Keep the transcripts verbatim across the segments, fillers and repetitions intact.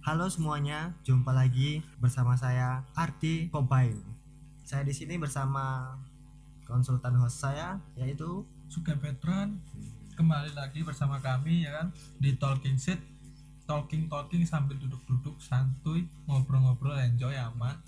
Halo semuanya, jumpa lagi bersama saya Ardi Kobain. Saya di sini bersama konsultan host saya yaitu Suka Petran. Kembali lagi bersama kami ya kan di Talking Seat, talking talking sambil duduk-duduk santuy, ngobrol-ngobrol, enjoy, aman.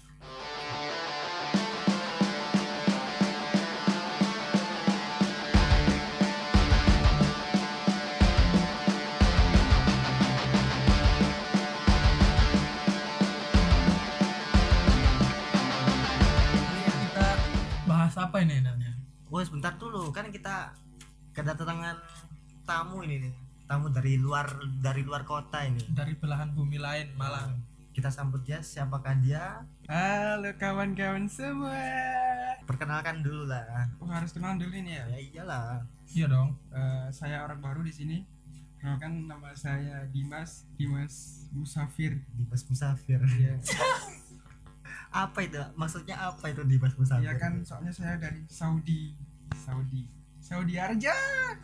Ini kita bahas apa ini enaknya? Wah sebentar dulu, kan kita kedatangan tamu ini nih. Tamu dari luar dari luar kota ini. Dari belahan bumi lain, Malang. Kita sambut dia, siapakah dia? Halo kawan-kawan semua. Perkenalkan dulu lah. Oh, harus kenalan dulu ini ya. Ya iyalah. Iya dong. Eh, saya orang baru di sini. Kenalkan, nama saya Dimas, Dimas Musafir. Dimas Musafir. Iya. Apa itu? Maksudnya apa itu Dimas Musafir? Iya kan, soalnya saya dari Saudi. Saudi. Saudi Arja.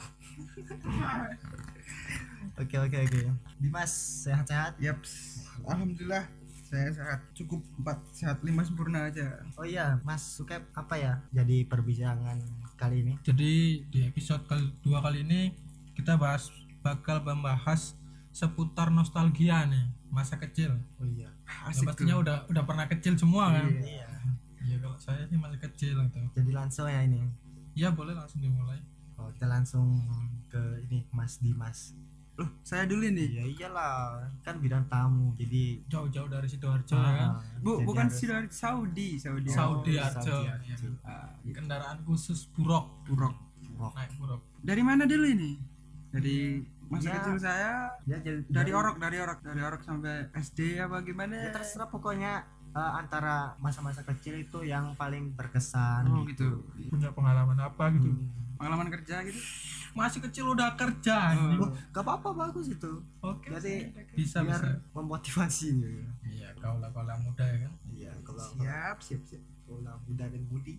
Oke oke oke. Dimas sehat-sehat? Yaps. Alhamdulillah saya sehat. Cukup empat sehat lima sempurna aja. Oh iya, Mas Sukep apa ya jadi perbincangan kali ini? Jadi di episode kedua kali ini kita bahas bakal membahas seputar nostalgia nih, masa kecil. Oh iya. Ya, Asik pastinya tuh. udah udah pernah kecil semua kan? Iya. Iya, kalau saya sih masih kecil gitu. Jadi langsung ya ini. Ya boleh langsung dimulai. Oh, kita langsung ke ini Mas Dimas. Loh, saya dulu nih. Iya iyalah, kan bidang tamu. Jadi Jauh-jauh dari Sidoarjo ya kan? ah, Bu, jadi bukan harus- sih dari Saudi, Saudi. Saudi Oh, Arjo. Saudi Ya. Arjo. Ah, Kendaraan khusus buruk, Buruk. Oh, naik buruk. Dari mana dulu ini? Dari masa Ya. kecil saya. dia jadi Dari orok, dari orok, dari orok sampai S D apa gimana? Ya terserah pokoknya eh, antara masa-masa kecil itu yang paling berkesan. Oh gitu. Punya pengalaman apa gitu? Hmm. Pengalaman kerja gitu. Masih kecil udah kerja. Oh. anjing. Oh, gak apa-apa, bagus itu. Oke. Jadi bisa biar bisa. memotivasi gitu. Iya, kau lah kau lah muda ya kan? Iya, kalau Siap, siap, siap. kalau muda dan budi.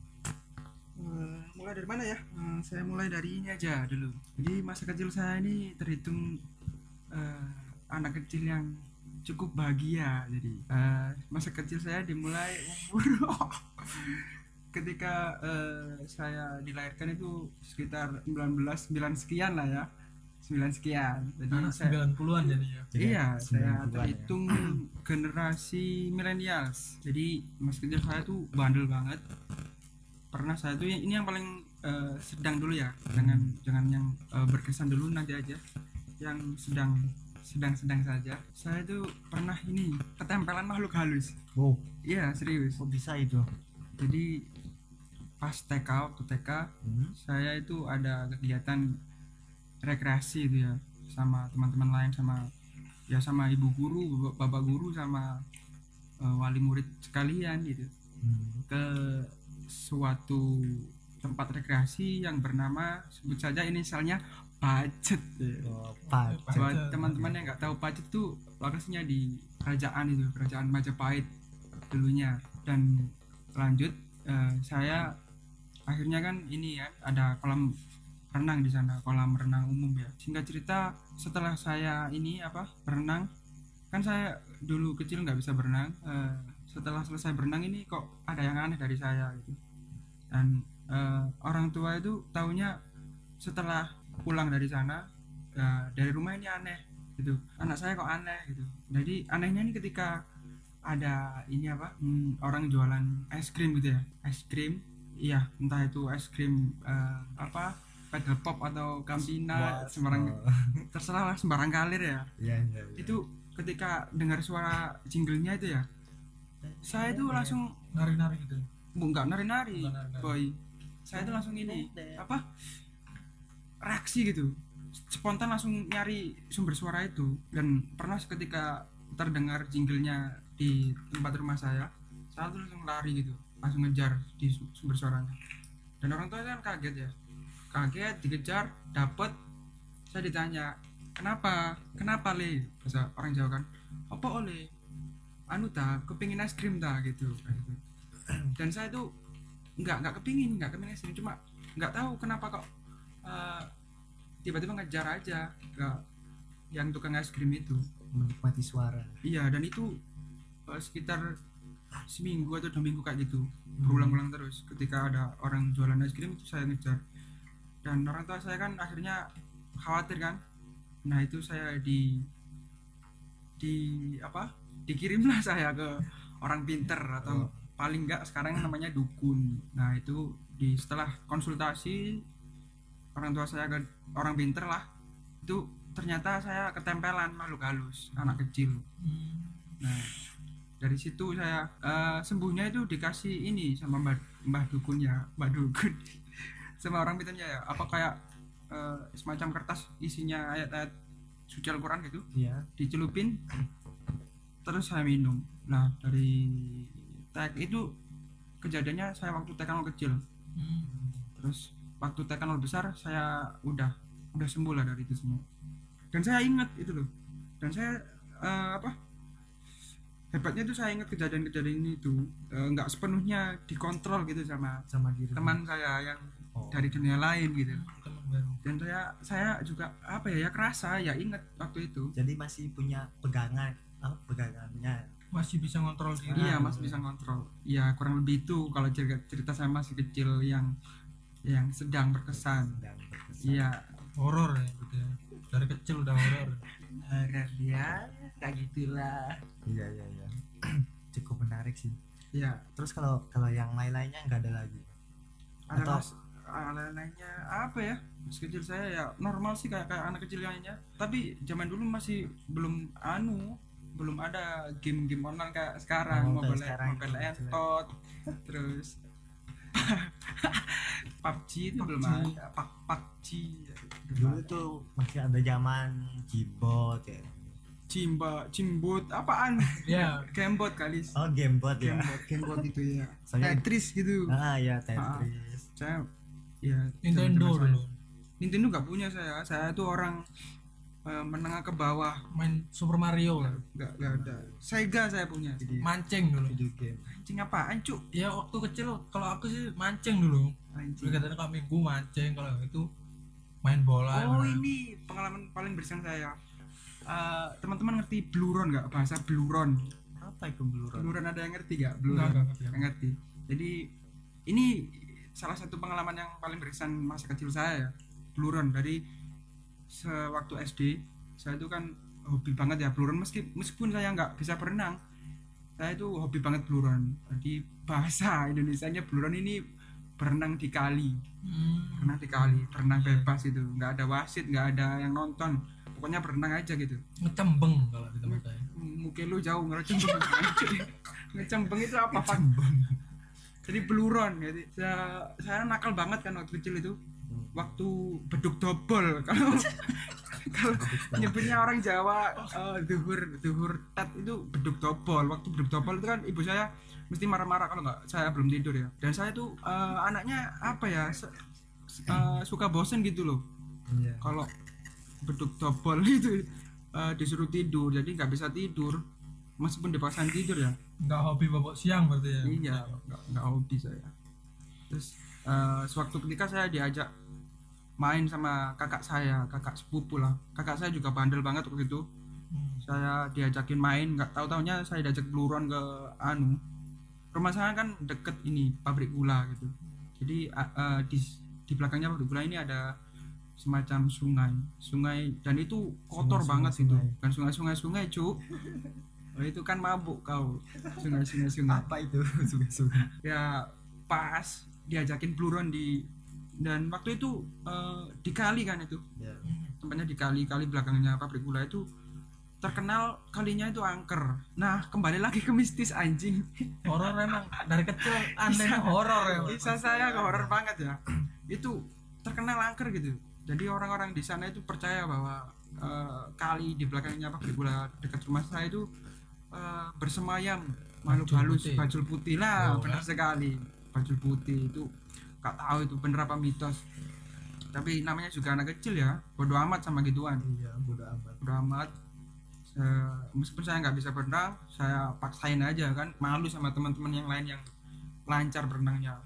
Eh, mulai dari mana ya? Eh, saya mulai dari ini aja dulu. Jadi masa kecil saya ini terhitung eh, anak kecil yang cukup bahagia. Jadi eh, masa kecil saya dimulai umur ketika eh, saya dilahirkan itu sekitar sembilan belas sembilan sekian lah ya. sembilan sekian. Jadi Anak saya sembilan puluhan jadi ya. Iya, sembilan saya puluhan ya. terhitung generasi milenials. Jadi masa kecil saya tuh bandel banget. Pernah saya tuh ini yang paling eh, sedang dulu ya, jangan jangan yang eh, berkesan dulu, nanti aja yang sedang sedang-sedang saja. Saya tuh pernah ini ketempelan makhluk halus. Wow, Iya, serius. kok bisa itu? Jadi pas T K, waktu T K Hmm? saya itu ada kegiatan rekreasi itu ya, sama teman-teman lain, sama ya sama ibu guru, bapak bapak guru, sama eh, wali murid sekalian gitu, Hmm. ke suatu tempat rekreasi yang bernama, sebut saja inisialnya Pacet. Oh, Pak. Pacet. Buat teman-teman yang nggak tahu, Pacet tuh lokasinya di kerajaan itu, kerajaan Majapahit dulunya. Dan lanjut, eh, saya akhirnya kan ini ya, ada kolam renang di sana, kolam renang umum ya. Singkat cerita, setelah saya ini apa berenang, kan saya dulu kecil nggak bisa berenang. eh, setelah selesai berenang ini kok ada yang aneh dari saya gitu. Dan eh, orang tua itu taunya setelah pulang dari sana, ya, dari rumah ini aneh gitu, anak saya kok aneh gitu. Jadi anehnya ini ketika ada ini apa hmm, orang jualan es krim gitu ya, es krim, iya, entah itu es krim eh, apa pedal pop atau Campina, Wah, sembarang, oh. terserah lah, sembarang kalir ya. Iya, iya, iya. Itu ketika dengar suara jinglenya itu ya, saya itu langsung Nari-nari gitu. Bu, nggak nari-nari, Bukan nari-nari. boy. Saya itu langsung ini apa reaksi gitu, spontan langsung nyari sumber suara itu. Dan pernah ketika terdengar jinglenya di tempat rumah saya, saya tuh langsung lari gitu, langsung ngejar di su- sumber suaranya. Dan orang tua kan kaget ya, kaget, dikejar, dapet. Saya ditanya, kenapa, kenapa le, bahasa orang Jawa kan, apa oleh anu ta, kepingin es krim ta gitu, kayak gitu. Dan saya tuh nggak nggak kepingin nggak kepingin es krim, cuma nggak tahu kenapa kok eh, tiba-tiba ngejar aja ke yang tukang es krim itu. menikmati suara. Iya, dan itu eh, sekitar seminggu atau dua minggu kayak gitu, berulang-ulang terus. Ketika ada orang jualan es krim itu saya ngejar, dan orang tua saya kan akhirnya khawatir kan. Nah itu saya di di apa dikirimlah saya ke orang pinter atau Oh. paling enggak sekarang namanya dukun. Nah itu di setelah konsultasi orang tua saya ke orang pinter lah, itu ternyata saya ketempelan makhluk halus anak kecil. Nah dari situ saya eh, sembuhnya itu dikasih ini sama mbah, mbah dukun ya, mbah dukun sama orang pinternya ya, apa kayak eh, semacam kertas isinya ayat-ayat suci Al-Quran gitu, Iya. dicelupin terus saya minum. Nah dari tek itu kejadiannya saya waktu T K nol kecil, terus waktu T K nol besar saya udah udah sembuh lah dari itu semua. Dan saya ingat itu loh, dan saya eh, apa hebatnya itu saya ingat kejadian-kejadian ini itu eh, nggak sepenuhnya dikontrol gitu sama Sama diri. teman saya yang Oh. dari dunia lain gitu. Teman baru. Dan saya saya juga apa ya ya kerasa ya ingat waktu itu. Jadi masih punya pegangan, apa pegangannya. Masih bisa ngontrol diri. Iya Ah, masih iya. bisa kontrol. Ya kurang lebih itu kalau cerita, cerita saya masih kecil yang yang sedang berkesan. Sedang berkesan. Iya. Horor ya gitu ya. Dari kecil udah horor. Horor ya kayak gitulah. Iya iya iya. Cukup menarik sih. Iya. Terus kalau kalau yang lain-lainnya nggak ada lagi. Ada Atau- mas- ada lainnya apa ya? Mas kecil saya ya normal sih kayak kayak anak kecil lainnya. Tapi zaman dulu masih belum anu belum ada game-game online kayak sekarang, Oh, kayak mobile sekarang mobile gitu. entot terus P U B G itu belum P U B G. ada. Pak P U B G Dulu tuh masih ada zaman Gbot ya. Cimba Cimbot apaan? Ya, Gamebot kali. Oh Gamebot ya. Gamebot Gamebot itu ya. Soalnya- Tetris gitu. Ah ya Tetris. Saya ya Nintendo teman-teman saya. dulu. Nintendo nggak punya saya. Saya tuh orang eh, menengah ke bawah. Main Super Mario lah. Nggak nggak ada. Sega saya punya. Jadi Mancing dulu. video game. Anjing apaan cuk? Ya waktu kecil kalau aku sih mancing dulu. Anjing. Katanya kalau minggu mancing, kalau itu main bola. Oh main- ini pengalaman paling berkesan saya. Eh, teman-teman ngerti Bluron nggak, bahasa Bluron? Apa itu Bluron? Bluron ada yang ngerti nggak? Enggak, Bluron enggak ngerti. nggak ngerti. Jadi ini salah satu pengalaman yang paling berkesan masa kecil saya ya. Bluron dari sewaktu S D saya itu kan hobi banget ya Bluron, meski meskipun saya nggak bisa berenang, saya itu hobi banget Bluron. Jadi bahasa Indonesianya Bluron ini berenang di kali. Hmm. Berenang di kali, berenang Iya. bebas itu, nggak ada wasit, nggak ada yang nonton, pokoknya berenang aja gitu. Ngecembeng kalau di tempat saya. Mungkin lu jauh ngerocembeng. Ngecembeng itu apa Pak? Jadi beluron. Jadi saya, saya nakal banget kan waktu kecil itu, waktu beduk dobol. Kalau kalau nyebutnya orang Jawa eh, duhur duhur tet itu beduk dobol. Waktu beduk dobol itu kan ibu saya mesti marah-marah kalau nggak saya belum tidur ya. Dan saya tuh eh, anaknya apa ya se- eh, suka bosen gitu loh. Iya. Kalau beduk dobol itu eh, disuruh tidur, jadi nggak bisa tidur meskipun dipaksain tidur ya. Enggak hobi bobok siang berarti ya. Iya, nggak nggak hobi saya. Terus eh, sewaktu ketika saya diajak main sama kakak saya, kakak sepupu lah. Kakak saya juga bandel banget waktu itu. Hmm. Saya diajakin main, nggak tahu taunya saya diajak beluron ke anu. Rumah saya kan deket ini pabrik gula gitu. Jadi a- eh, di di belakangnya pabrik gula ini ada semacam sungai, sungai dan itu kotor Sungai, banget sungai, itu. sungai. Kan sungai-sungai sungai, Cuk. Oh, itu kan mabuk kau. Sungai-sungai sungai. Apa itu? Sungai-sungai. Ya pas diajakin beluron di dan waktu itu eh, di kali kan itu Ya. tempatnya di kali kali belakangnya pabrik gula itu terkenal kalinya itu angker. Nah kembali lagi ke mistis anjing. Horor emang dari kecil anehnya horor ya. Kisah saya ke horor banget ya. Itu terkenal angker gitu. Jadi orang-orang di sana itu percaya bahwa eh, kali di belakangnya pabrik gula dekat rumah saya itu eh, bersemayam makhluk Bajul halus, putih. bajul putih lah, Oh, benar kan? sekali. Bajul putih itu gak tahu itu bener apa mitos. Tapi namanya juga anak kecil ya, bodo amat sama gituan. Iya, bodo amat. Bodo amat. Eh, meskipun saya nggak bisa berenang, saya paksain aja kan, malu sama teman-teman yang lain yang lancar berenangnya.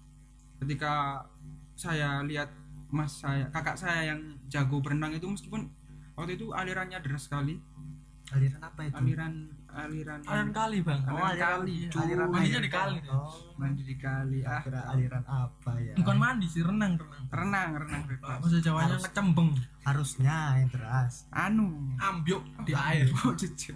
Ketika saya lihat mas saya, kakak saya yang jago berenang itu, meskipun waktu itu alirannya deras sekali, Aliran apa itu? aliran aliran Aliran kali bang. Oh, aliran aliran kali, iya. Cuk. Aliran Mandinya air. di kali. Oh, mandi di kali ah kira aliran apa ya? Bukan mandi sih, renang renang. renang renang bebas. Bahasa Jawanya Harus. ngecembeng, Harusnya yang deras. Anu ambyuk di air. oh jujur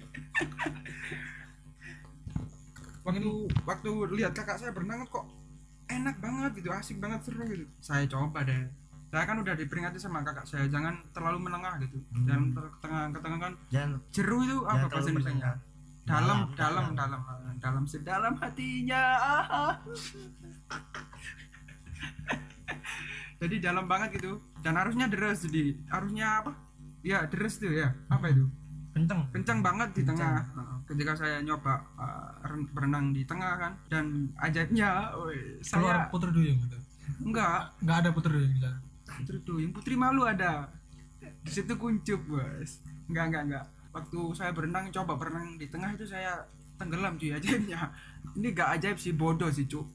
waktu waktu lihat kakak saya berenang kok enak banget gitu, asik banget, seru gitu. Saya coba deh. Saya kan udah diperingati sama kakak saya jangan terlalu menengah gitu. Hmm. Jangan ter- ke tengah ke tengah kan Jangan jeru itu jangan apa bahasa terlalu Indonesianya? menengah. Dalam Dalam, dalam dalam. dalam dalam sedalam hatinya. Ah. Jadi dalam banget gitu dan harusnya deres, jadi harusnya apa? Ya deres tuh ya. Apa itu? Kenceng. Kencang banget di Kencang. tengah. Nah, ketika saya nyoba uh, ren- berenang di tengah kan dan ajaibnya woi, Keluar saya putri duyung gitu. enggak Nggak ada putri duyung di sana. putri duyung, putri malu ada di situ kuncup bos. Enggak enggak enggak waktu saya berenang, coba berenang di tengah itu saya tenggelam cuy. Ajaibnya ini enggak ajaib sih, bodoh sih cuk.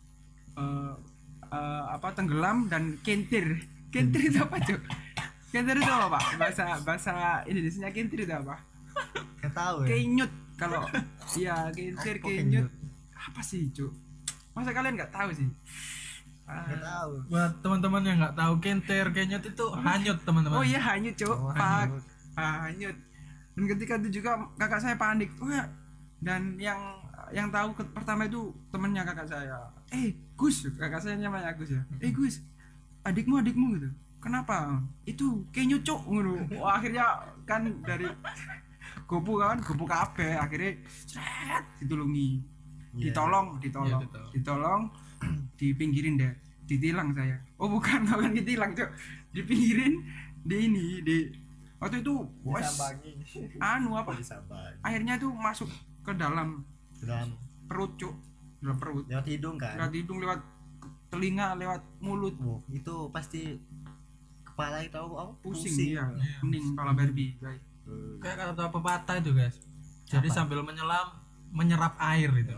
Eh, eh, apa tenggelam dan kentir. Kentir itu apa cuk? Kentir itu apa pak? Bahasa bahasa Indonesia kentir itu apa? nggak tahu ya. Kenyut kalau iya kentir Oh, kenyut apa sih cuk? Masa kalian nggak tahu sih? Nggak Ah, tahu. Buat teman-teman yang nggak tahu, kenter kenyot itu hanyut teman-teman. oh iya hanyut cuk, Oh, pak hanyut. Ah, hanyut. Dan ketika itu juga kakak saya panik. Oh ya. Dan yang yang tahu ke- pertama itu temennya kakak saya. Eh Gus, kakak saya namanya Gus ya. Eh Gus, adikmu adikmu gitu. Kenapa? Itu kenyut cuk ngono. Wah, akhirnya kan dari gopu kan, gopu kabeh akhirnya seret ditulungi. Iya. Ditolong, ditolong, Iya, ditolong. ditolong, dipinggirin deh, ditilang saya. Oh bukan, bukan ditilang cuk, dipinggirin, di ini, di waktu itu wes, Disambangi. anu apa? Disambangi. Akhirnya tuh masuk ke dalam Dalam perut cuk, dalam perut, lewat hidung kan. lewat hidung, lewat telinga, lewat mulut, Wow, itu pasti kepala itu apa? pusing, iya, Iya. pening kepala Barbie, guys. Eh, Kayak kata pepatah itu guys. Jadi Apa? sambil menyelam menyerap air gitu.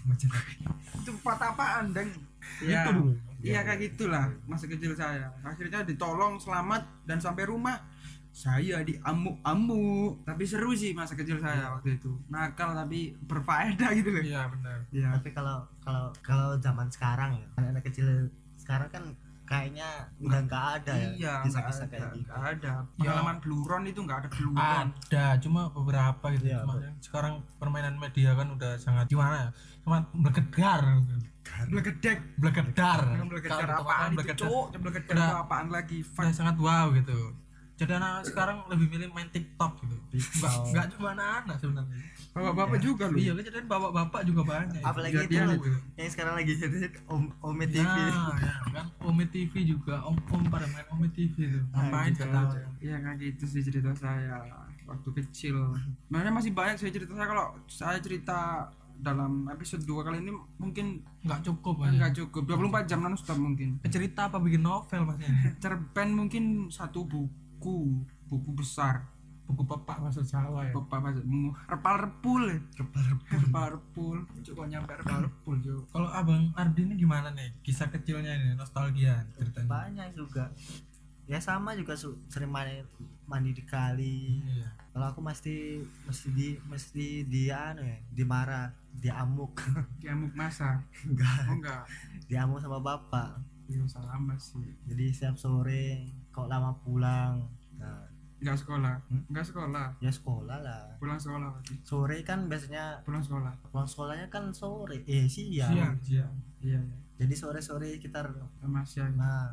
Itu patah apaan deng? Itu Ya, dulu. iya kayak gitulah masa kecil saya. Akhirnya ditolong selamat dan sampai rumah saya diamuk-amuk. Tapi seru sih masa kecil saya waktu itu. Nakal tapi berfaedah gitu loh. Iya benar. Iya. Tapi kalau kalau kalau zaman sekarang ya, anak-anak kecil sekarang kan kayaknya udah nggak ada ya Iya, nggak kisah-kisah ada, kayak gitu. nggak ada. Pengalaman bluron itu nggak ada bluron. Ada, cuma beberapa gitu. Iya, Cuma betul. yang sekarang permainan media kan udah sangat gimana ya? Sangat blekedar. Blegedek. Blekedar. Blegedek Kalau apaan itu, blekedar Cuk? Blegedek Udah. itu apaan lagi? udah sangat wow gitu. Jadi anak sekarang lebih milih main TikTok gitu. TikTok. Nggak, nggak cuma anak-anak sebenarnya. Bapak-bapak juga loh. Iya, kejadian bapak-bapak juga banyak. Apalagi itu Kejadian loh, itu. yang sekarang lagi jadi om Ome T V. Nah, ya, kan Ome T V juga, om-om pada main Ome T V tuh. Ah, Ngapain gitu nggak tahu. aja. Iya kayak gitu sih cerita saya waktu kecil. Sebenarnya masih banyak saya cerita saya, kalau saya cerita dalam episode dua kali ini mungkin Nggak cukup aja. enggak cukup dua puluh empat jam non stop mungkin. Cerita apa bikin novel mas ini? Cerpen mungkin satu buku, buku besar. Buku pepak bahasa Jawa ya. Bapak bahasa repal repul. Repal repul. Coba nyampe repal repul, Jo. Kalau abang Ardi ini gimana nih kisah kecilnya ini, nostalgia ceritanya? Banyak juga. Ya sama juga su- sering main mandi di kali. Iya. Kalau aku mesti mesti di mesti di anu ya, dimarah, diamuk. Diamuk masa. Enggak, Oh enggak. diamuk sama bapak. Iya sama sih. Jadi setiap sore kok lama pulang. Nah, Enggak sekolah. Hmm? Enggak sekolah. ya sekolah lah. Pulang sekolah berarti. Sore kan biasanya Pulang sekolah. pulang sekolahnya kan sore. Eh siang. Siang, siang. Iya, iya. Jadi sore-sore sekitar Sama siang. nah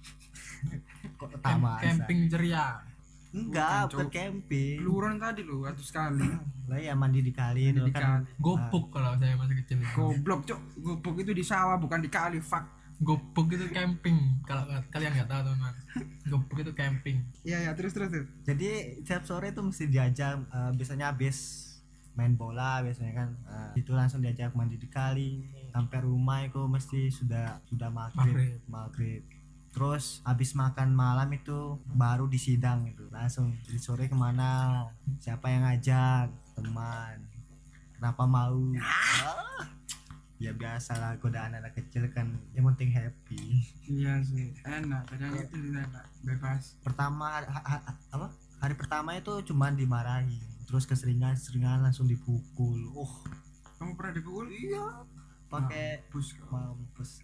kok Camp- tamat. camping ceria. Enggak, Bukan, bukan Cok. camping. Luron tadi lo ratus kali. Lah ya mandi di kali Mandi itu di kan. kali. Gopuk kalau saya masih kecil itu. Goblok, Cok. Gobok itu di sawah bukan di kali, fuck. Gopuk itu camping. Kalau nggak- kalian nggak tahu teman. Gopuk itu camping. Iya, ya, terus terus terus. Jadi setiap sore itu mesti diajak eh, biasanya habis main bola biasanya kan. Eh, itu langsung diajak mandi di kali. Sampai rumah itu mesti sudah sudah maghrib, Maghrib. maghrib. Terus habis makan malam itu baru disidang itu langsung di sore kemana, siapa yang ngajak, teman, kenapa mau. Ah, ya biasa lah godaan anak kecil kan, yang penting happy. Iya sih, enak. Kadang itu enak, bebas. Pertama hari, ha- ha- apa hari pertama itu cuma dimarahi terus keseringan seringan langsung dipukul. Oh Kamu pernah dipukul? iya, pakai Mampus kau. mampus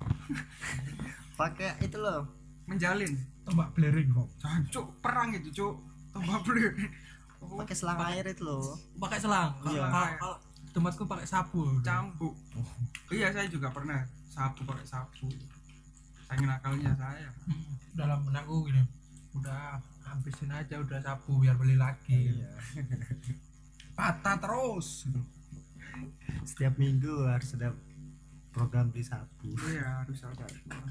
pakai itu loh, Menjalin. tombak belereng kok. Cuk, perang itu, Cuk. Tombak beler. Oh, pakai selang air itu loh. Pakai selang. Iya. Kalau kalau tempatku pakai sapu. cambuk. Iya, saya juga pernah sapu pakai sapu. Saking nakalnya saya. Hmm, dalam benakku gini. Udah habisin aja udah sapu biar beli lagi. Iya. Patah terus. Setiap minggu harus ada program beli sapu. Iya, harus ada.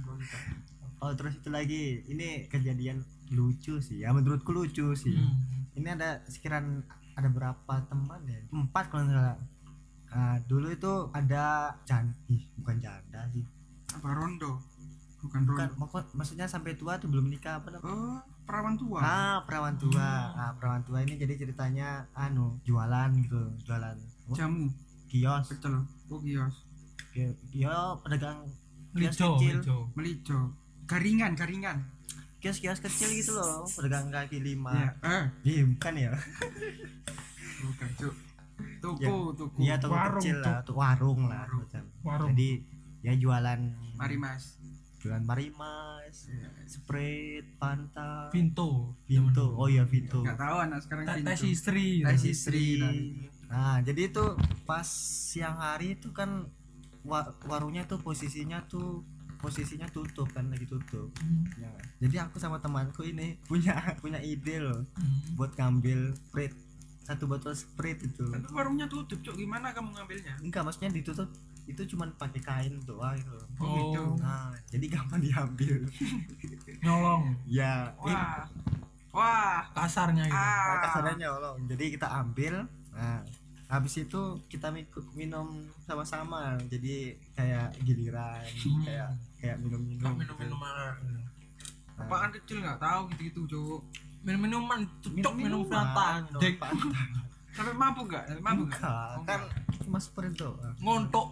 Oh terus itu lagi, ini kejadian lucu sih ya, menurutku lucu sih. Hmm. Ini ada sekiran ada berapa teman ya, empat kalau nggak salah. Nah, dulu itu ada jan ih, bukan janda sih, Apa rondo? Bukan bukan rondo. maksud- maksudnya sampai tua tuh belum nikah apa namanya. Oh, perawan tua. Ah perawan tua. Ah perawan tua ini jadi ceritanya anu jualan gitu, jualan oh, Jamu, kios, pecel. Oh, kios. kios pedagang kios Lijo, kecil, lijo. Melijo. Garingan, garingan. kios-kios kecil gitu loh, pedagang kaki lima. Ya, eh, Iya bukan ya? bukan, Cuk. Toko, Ya, toko. Iya toko Warung, kecil lah, tuh warung lah Warung. macam. Warung. Jadi ya jualan Mari, Mas. jualan marimas, Sprite, Fanta, Vinto. Vinto. Oh iya Vinto. Enggak tahu anak sekarang Tes pintu. istri. Tes Istri. istri. Nah, jadi itu pas siang hari itu kan wa- warungnya tuh posisinya tuh posisinya tutup kan, lagi tutup. Hmm. Ya. Jadi aku sama temanku ini punya punya ide loh Hmm. buat ngambil Sprite, satu botol Sprite itu. Kan warungnya tutup, Cuk. Gimana kamu ngambilnya? Enggak, maksudnya ditutup itu cuman pakai kain doang gitu loh. Oh, gitu. Oh, Nah, jadi gampang diambil. nyolong Ya, ini Wah. Wah. kasarnya gitu. Ah. kasarannya Allah. Jadi kita ambil. Nah, habis itu kita miku- minum sama-sama. Jadi kayak giliran, Hmm. kayak kayak minum-minum. Nggak gitu. minum-minuman. Nah, Apaan kecil nggak tahu gitu-gitu, Cuk. Minum-minuman, cocok minum minum-minuman, Fanta. minum Dek, Fanta. Sampai mabuk nggak? Sampai mabuk nggak? Enggak, Oh, kan enggak. cuma Sprite doang. ngontok.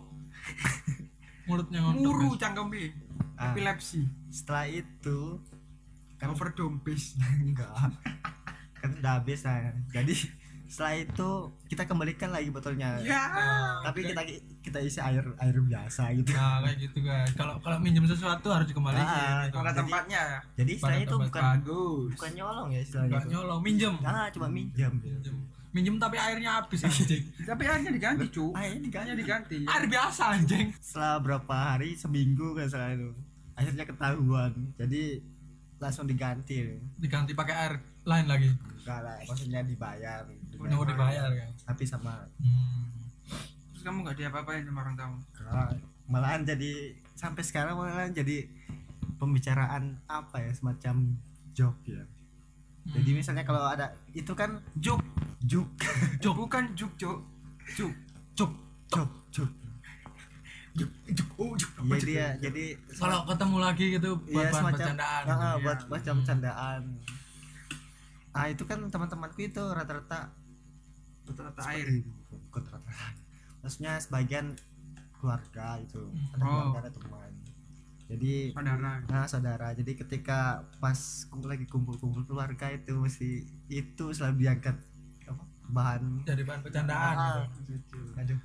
Mulutnya ngontok. Muru guys. cangkemnya. Ah, Epilepsi. setelah itu kan Overdosis. enggak. Kan udah habis nah. Jadi setelah itu kita kembalikan lagi botolnya. Ya. Tapi kita kita isi air air biasa gitu. Nah, kayak gitu guys. Kalau kalau minjem sesuatu harus dikembalikan. Ah, gitu. Pada Jadi- tempatnya. Jadi istilahnya itu tempat bukan Bagus. bukan nyolong ya istilahnya. Enggak itu. nyolong, minjem. Ah, cuma minjam. Minjem. Minjem tapi airnya habis anjing. Tapi akhirnya diganti, Cuk. Airnya diganti. Akhirnya diganti. Air biasa anjing. Setelah berapa hari, seminggu kan salah itu. Akhirnya ketahuan. Jadi langsung diganti. Diganti pakai air lain lagi. Enggak lah, maksudnya dibayar. Udah mau dibayar kan. Tapi sama Hmm. Terus kamu nggak diapa-apain sama orang tamu? enggak. Malahan jadi sampai sekarang malahan jadi pembicaraan apa ya, semacam joke ya. Jadi Hmm. misalnya kalau ada itu kan Juk. juk Juk. Bukan juk, Cuk. Juk. Cuk. juk juk Juk. Juk. Oh, juk. iya dia jadi Kalau ketemu lagi gitu buat iya, bahan semacam bercandaan. ah, gitu. buat Iya. macam Hmm. candaan. Ah itu kan teman-temanku itu rata-rata Rata-rata seperti air. itu. Bukan rata-rata. Maksudnya sebagian keluarga itu, ada Oh. keluarga ada teman. Jadi Saudara. nah saudara, jadi ketika pas kumpul lagi kumpul-kumpul keluarga itu mesti itu selalu diangkat apa, bahan Jadi bahan bercandaan Ah, gitu. gitu. Aduh.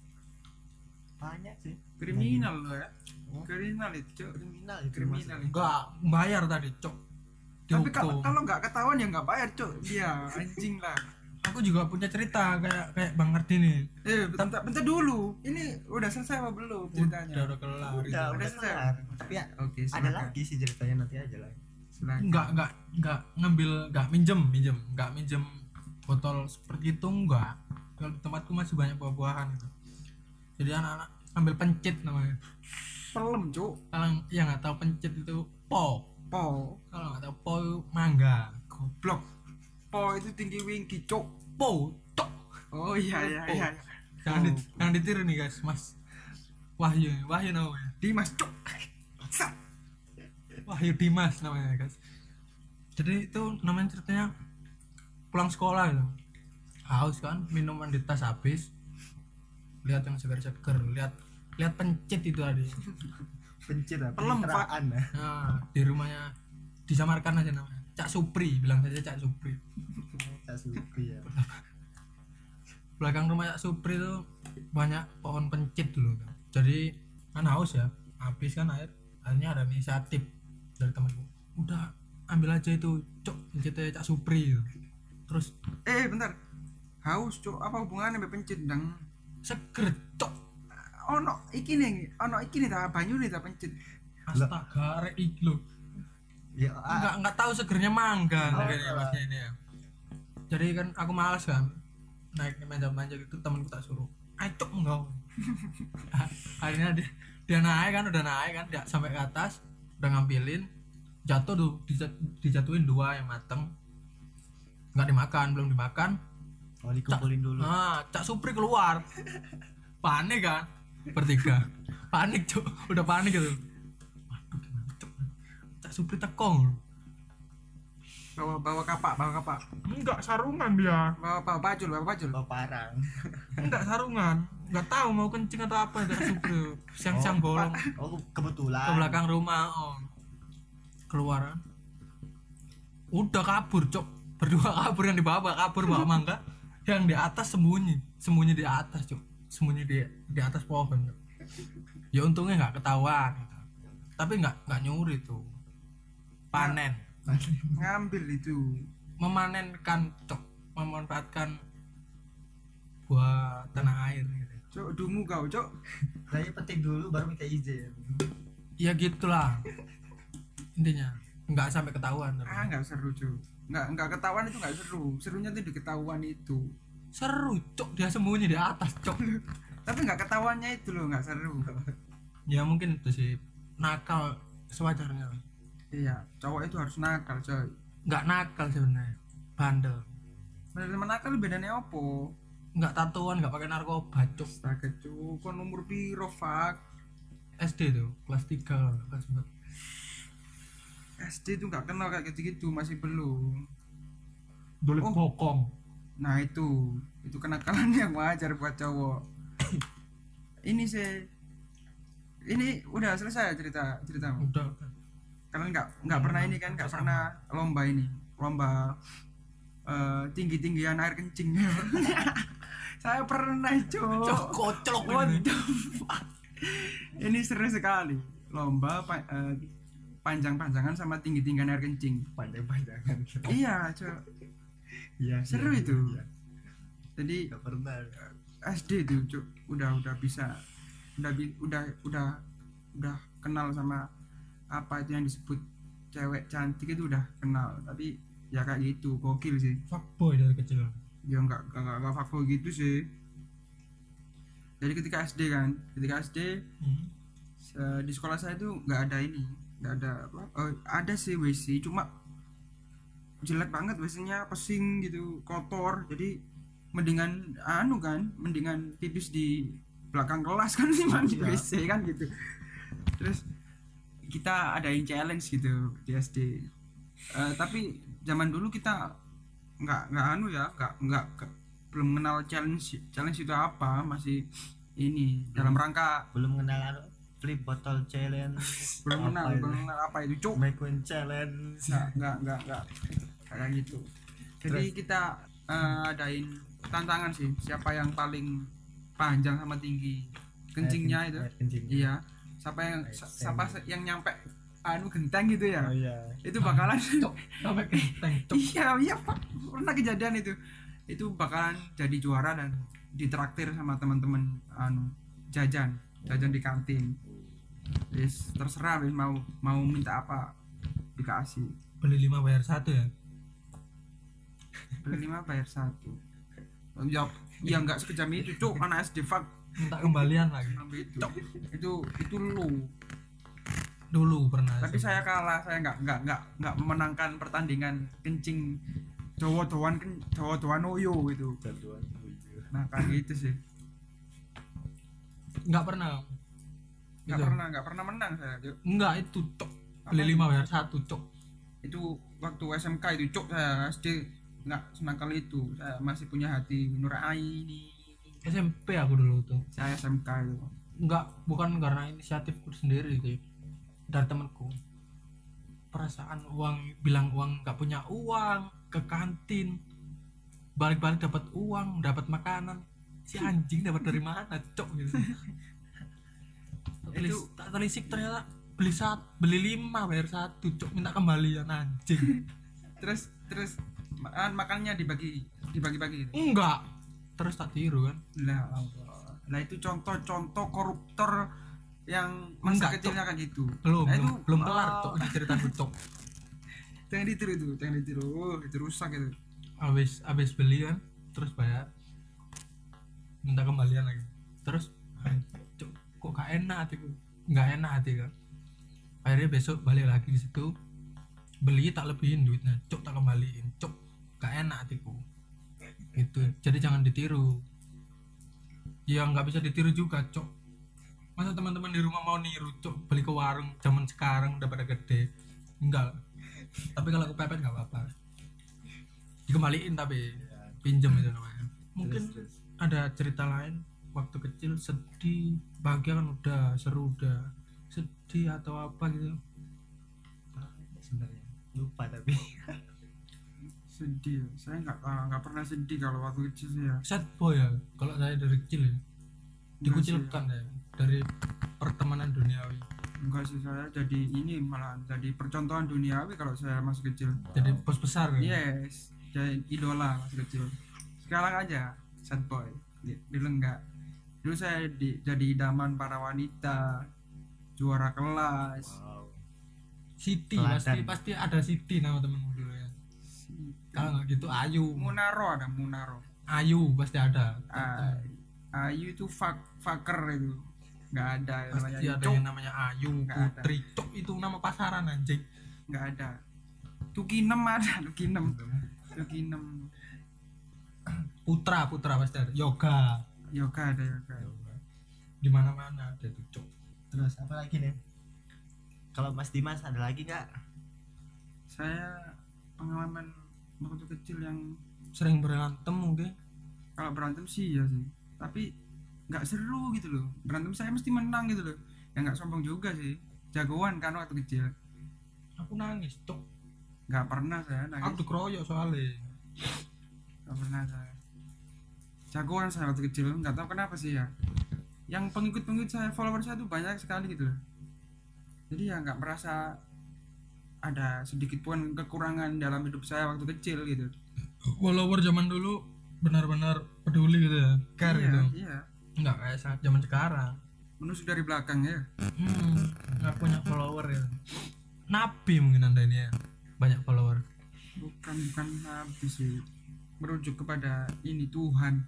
Banyak sih. Kriminal lo ya. Oh. Kriminal itu, Cuk. Kriminal itu Kriminal. maksudnya. Enggak bayar tadi, Cok. Tapi kalau Dihukum. kalau nggak ketahuan ya nggak bayar, Cuk. Iya, anjing lah. Aku juga punya cerita kayak kayak Bang Kartini. Eh, bentar, bentar dulu. Ini udah selesai apa belum ceritanya? Udah udah kelar. Udah, gitu. udah Udah selesai. kelar. Tapi ya, Oke, ada silakan. lagi sih ceritanya, nanti aja lah. Silakan. Enggak enggak enggak ngambil enggak minjem minjem enggak minjem botol seperti itu enggak. Kalau di tempatku masih banyak buah-buahan gitu. Jadi anak-anak ambil pencit namanya. Pelem, Cuk. Kalau yang nggak tahu pencit itu po. Po. Kalau nggak tahu po itu mangga. Goblok. Po itu tinggi wingki, Cuk. Po tok. Oh iya iya Po. iya. Jangan, di, Oh. jangan ditiru nih guys, Mas. Wahyu, Wahyu namanya. Dimas, Cuk. Sat. Wahyu Dimas namanya guys. Jadi itu namanya ceritanya pulang sekolah gitu. Haus kan, minuman di tas habis. Lihat yang segar-segar, lihat lihat pencit itu tadi. Pencit apa? Pelem, Pak. Pencitraan, ya. Nah, di rumahnya disamarkan aja namanya. Cak Supri, bilang saja Cak Supri. Tak suka ya. belakang rumah Cak Supri itu banyak pohon pencit dulu kan. Jadi kan haus ya, habis kan air, akhirnya ada inisiatif dari temanku, udah ambil aja itu cok pencitnya Cak Supri gitu. Terus Eh bentar, haus cok, apa hubungannya sama pencit dang? seger cok, Ono iki nih, ono iki nih ta banyu nih ta pencit. astaga arek iki lho. Ya, ah, Enggak enggak tahu segernya mangga Oh, kayaknya iya. masnya ini ya. Jadi kan aku malas kan naik manja-manja gitu, temanku tak suruh ayo cok enggak. Akhirnya dia, dia naik kan, udah naik kan, dia sampai ke atas, udah ngambilin, jatuh tuh, dijat- dijatuhin dua yang mateng, nggak dimakan, belum dimakan. oh dikumpulin dulu. Nah, Cak Supri keluar, panik kan, bertiga, panik cok, udah panik gitu. Waduh gimana cok, Cak Supri tekong, Bawa bawa kapak, bawa kapak. enggak sarungan dia, Bawa bawa bajul, bawa bajul. Oh, parang. enggak sarungan, nggak tahu mau kencing atau apa Cak Supri, siang-siang bolong Oh, ke kebetulan. belakang rumah, oh. Keluar kan. Udah kabur cok, berdua kabur, yang di bawah kabur bawa mangga, yang di atas sembunyi, sembunyi di atas cok, sembunyi di di atas pohon cok. Ya untungnya nggak ketahuan, tapi nggak nggak nyuri tuh, panen, Ngambil itu. memanenkan cok, memanfaatkan buat tanah air gitu. Cok, dungu kau, cok. Saya petik dulu baru minta izin. Ya gitulah intinya, nggak sampai ketahuan tapi. Ah, enggak seru, cok. Enggak enggak ketahuan itu enggak seru. Serunya tuh di ketahuan itu. Seru cok, dia sembunyi di atas cok. Tapi enggak ketahuannya itu loh, enggak seru. Ya mungkin itu sih nakal sewajarnya, Iya, cowok itu harus nakal, coy. nggak nakal sebenarnya, bandel, Bener teman nakal bedanya opo? nggak tatoan, nggak pakai narkoba cok. Astaga, cok. Kon umur piro, fuck? S D tuh kelas tiga kelas empat. S D tuh enggak kenal kayak gitu-gitu, masih belum. Boleh Oh. bokong. Nah, itu itu kenakalan yang wajar buat cowok. Ini sih ini udah selesai cerita ceritamu. Udah Kalian nggak nggak pernah ini kan, nggak pernah lomba ini, lomba eh, tinggi-tinggian air kencing. Saya pernah, cok cok. kocok What ini. the fuck? Ini seru sekali, lomba pa- eh, panjang-panjangan sama tinggi-tinggian air kencing. Panjang-panjangan. Iya, cok. Iya, Seru iya, itu. iya. Jadi Nggak pernah. S D tuh, cok, udah udah bisa, udah bi- udah udah udah kenal sama apa itu yang disebut cewek cantik, itu udah kenal. Tapi ya kayak gitu, gokil sih. Fuckboy dari kecil. Ya nggak nggak nggak nggak fuckboy gitu sih. Jadi ketika S D kan, ketika S D Hmm. se- di sekolah saya tuh nggak ada ini, nggak ada apa, oh, ada sih W C, cuma jelek banget W C-nya, pesing gitu, kotor. Jadi mendingan anu kan, mendingan pipis di belakang kelas kan, sih mandi Iya. W C kan gitu. Terus kita adain challenge gitu di S D. Eh, tapi zaman dulu kita nggak nggak anu ya, nggak nggak ke- belum kenal challenge challenge itu apa, masih ini dalam rangka Belum kenal anu, flip bottle challenge. belum Apa kenal itu? belum kenal apa itu, cuk. Make one challenge. nggak nggak nggak nggak kayak gitu. Jadi Terus? kita eh, adain tantangan sih, siapa yang paling panjang sama tinggi kencingnya itu. Air kencing. Iya, siapa yang sa- siapa se- yang nyampe anu genteng gitu ya, Oh iya. itu bakalan Cok, sampai kenteng cok. iya iya Pak, pernah kejadian itu. Itu bakalan jadi juara dan ditraktir sama teman-teman anu jajan jajan di kantin. Wis terserah, wis mau mau minta apa dikasih. Beli lima bayar satu ya. Beli lima bayar satu. Ya, ya nggak sekejam itu, cuk. Anak S D fuck. Minta kembalian lagi. Sampai itu. Itu itu lu. Dulu pernah. Tapi saya kalah, saya nggak nggak nggak nggak memenangkan pertandingan kencing cowok-cowokan kan, cowok-cowokan oyo gitu. Jatuhan. Nah, kayak gitu sih. nggak pernah. Nggak Itu. pernah nggak pernah menang saya, cuk. Enggak itu cok. Beli Apa? lima bayar satu cok. Itu waktu S M K itu, cuk. Saya S D nggak senakal itu. Saya masih punya hati nurani. S M P aku dulu tuh. Saya S M K itu. Enggak, bukan karena inisiatifku sendiri gitu ya. Dari temanku. Perasaan uang, bilang uang nggak punya uang, ke kantin. balik-balik dapat uang, dapat makanan. Si anjing dapat dari mana, cok gitu. Tulis, Itu- tak telisik ternyata beli satu, beli lima bayar satu, cok minta kembalian anjing. terus terus makan makannya dibagi dibagi-bagi gitu. Enggak. Terus tak tiru kan. Lah Allah. Lah itu contoh-contoh koruptor yang masa Enggak, kecilnya kayak gitu. Belum, Nah, belum, itu, belum kelar, oh, cok, ini cerita cok. Jangan ditiru itu, jangan ditiru. Oh, itu rusak itu. Habis habis beli kan, terus bayar. Minta kembalian lagi. Terus cok, kok gak enak hatiku. Enggak enak hati kan. Akhirnya besok balik lagi ke situ. Beli tak lebihin duitnya, cok tak kembaliin, cok gak enak hatiku. Gitu. Jadi jangan ditiru. Ya nggak bisa ditiru juga, cok. Masa teman-teman di rumah mau niru, cok, beli ke warung zaman sekarang udah pada gede. Enggak. Tapi kalau kepepet nggak apa-apa. Dikembaliin tapi pinjem itu namanya. Mungkin Terus, terus. ada cerita lain waktu kecil sedih, bahagia kan udah, seru udah. Sedih atau apa gitu. Sebenarnya lupa tapi Sedih. Saya nggak ah, nggak pernah sedih kalau waktu kecil sih ya. Sad boy ya, kalau saya dari kecil ya. Dikucilkan ya dari pertemanan duniawi. Enggak sih, saya jadi ini malah jadi percontohan duniawi kalau saya masih kecil. Jadi bos besar ya. Yes, jadi idola masih kecil. Sekarang aja sad boy. Di- Dulu enggak. Dulu saya di, jadi idaman para wanita, juara kelas. wow. Siti Teladan. pasti pasti ada Siti nama temenmu dulu ya. Kalau nggak gitu Ayu. Munaro ada Munaro. Ayu pasti ada. Ah, Ayu itu fak faker itu. Enggak ada yang namanya Pasti ada Cok. yang namanya Ayu, Nggak ada. Putri, Cok itu nama pasaran anjing. Enggak ada. Tukinem ada, Tukinem. Tukinem. Putra, Putra pasti ada. Yoga. Yoga ada yoga. Di mana-mana ada tuh, Cok. Terus apa lagi nih? Kalau Mas Dimas ada lagi nggak? Saya pengalaman waktu kecil yang Sering berantem mungkin. kalau berantem sih ya sih, tapi nggak seru gitu loh. Berantem saya mesti menang gitu loh. Ya nggak sombong juga sih, jagoan kan waktu kecil. Aku nangis, Cok. Nggak pernah saya nangis. Aku dikeroyok soalnya. Nggak pernah saya. Jagoan saya waktu kecil, nggak tahu kenapa sih ya. Yang pengikut-pengikut saya, follower saya tuh banyak sekali gitu loh. Jadi ya nggak merasa ada sedikit pun kekurangan dalam hidup saya waktu kecil gitu. Follower zaman dulu benar-benar peduli gitu ya. Care Iya, gitu. iya. Enggak kayak saat zaman sekarang. Menusuk dari belakang ya. Hmm, nggak punya follower ya. Nabi mungkin anda ini ya. Banyak follower. Bukan bukan nabi sih. Merujuk kepada ini Tuhan.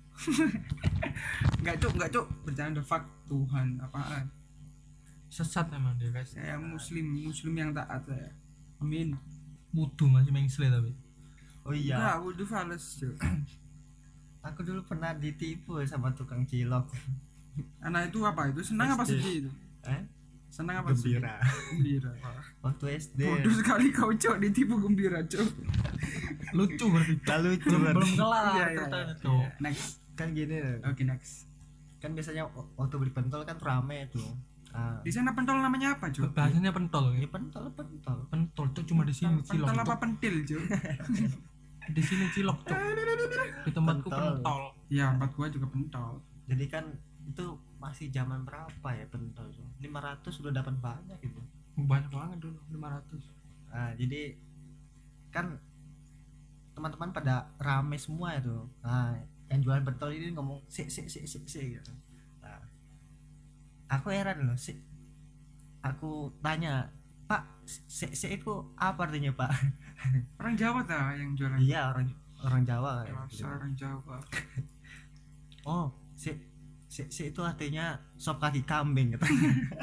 Enggak cuk, enggak cuk. Bercanda, fuck Tuhan apaan? Sesat emang dia guys. Saya muslim, muslim yang taat saya. Amin. Wudu masih mengsle tapi. Oh iya, Enggak, wudhu fales cuk. aku dulu pernah ditipu sama tukang cilok. Anak itu apa itu? Senang apa S D. sedih itu? Eh? Senang apa sedih? Gembira. Gembira. Wah. Waktu S D. Bodoh sekali kau cuk, ditipu gembira cuk. Lucu berarti. Gak lucu belum berarti. belum kelar Iya, iya, ceritanya, iya. Cok. Next. Kan gini, Oke, next. kan biasanya w- waktu beli pentol kan rame tuh. Ah, Di sana pentol namanya apa cuk? Bahasanya pentol ini ya. pentol pentol. Pentol Cok, cuma di sini cilok. Pentol apa Cok. pentil cuk? Di sini cilok, Cok. Di tempatku Pentol. pentol. Ya, tempat gua juga pentol. Jadi kan itu masih zaman berapa ya pentol tuh? lima ratus udah dapat banyak gitu. Banyak banget dulu lima ratus. Nah, jadi kan teman-teman pada rame semua itu. Nah, yang jualan pentol ini ngomong si si si si si gitu. Nah, aku heran loh, si aku tanya, Pak, si si itu apa artinya, Pak? Orang Jawa ta yang jualan. Iya, orang orang Jawa kayak gitu. Masa orang Jawa. Oh, si si si itu artinya sop kaki kambing gitu.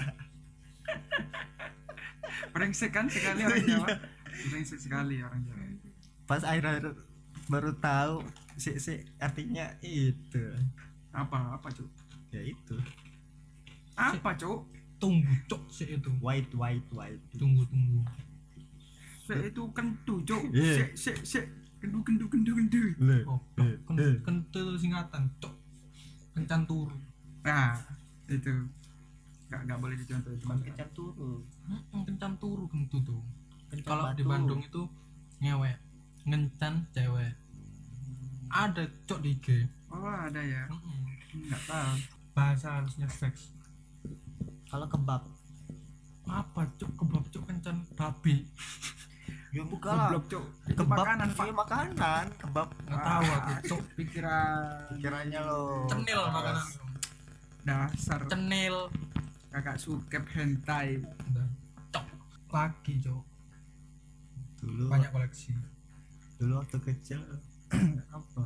Brengsek kan sekali orang Jawa. Brengsek sekali orang Jawa. Pas akhir baru tahu si si artinya itu. Apa apa cuk? Ya itu. Apa cuk? Tunggu, Cok, sih itu. White white white. Tunggu, tunggu. Se itu kentu cuk. Iya. Se se se kendu kendu kendu kendu. Le. Oh, Eh, ken eh. kentul singkatan, Cok. Kencan turu. Nah, itu. Enggak enggak boleh dicontoh itu. Cuman kencan turu. Mm, kencan turu kentu tuh. Kencan Kalau di batu. Bandung itu ngewek, ngencan cewek. Ada cok di I G. Oh ada ya, Mm-mm. nggak tahu. Bahasa halusnya seks. Kalau kebab, Apa cok kebab cok kencan babi. ya bukan lah. Goblok cuk, itu Kebab makanan iya, pak. makanan, kebab. Nggak tahu aku cok. Pikiran Pikirannya lo. Cenil makanan. dasar Cenil. kakak sukep hentai. Udah. Cok lagi cok. Dulu, Banyak koleksi. dulu waktu kecil apa?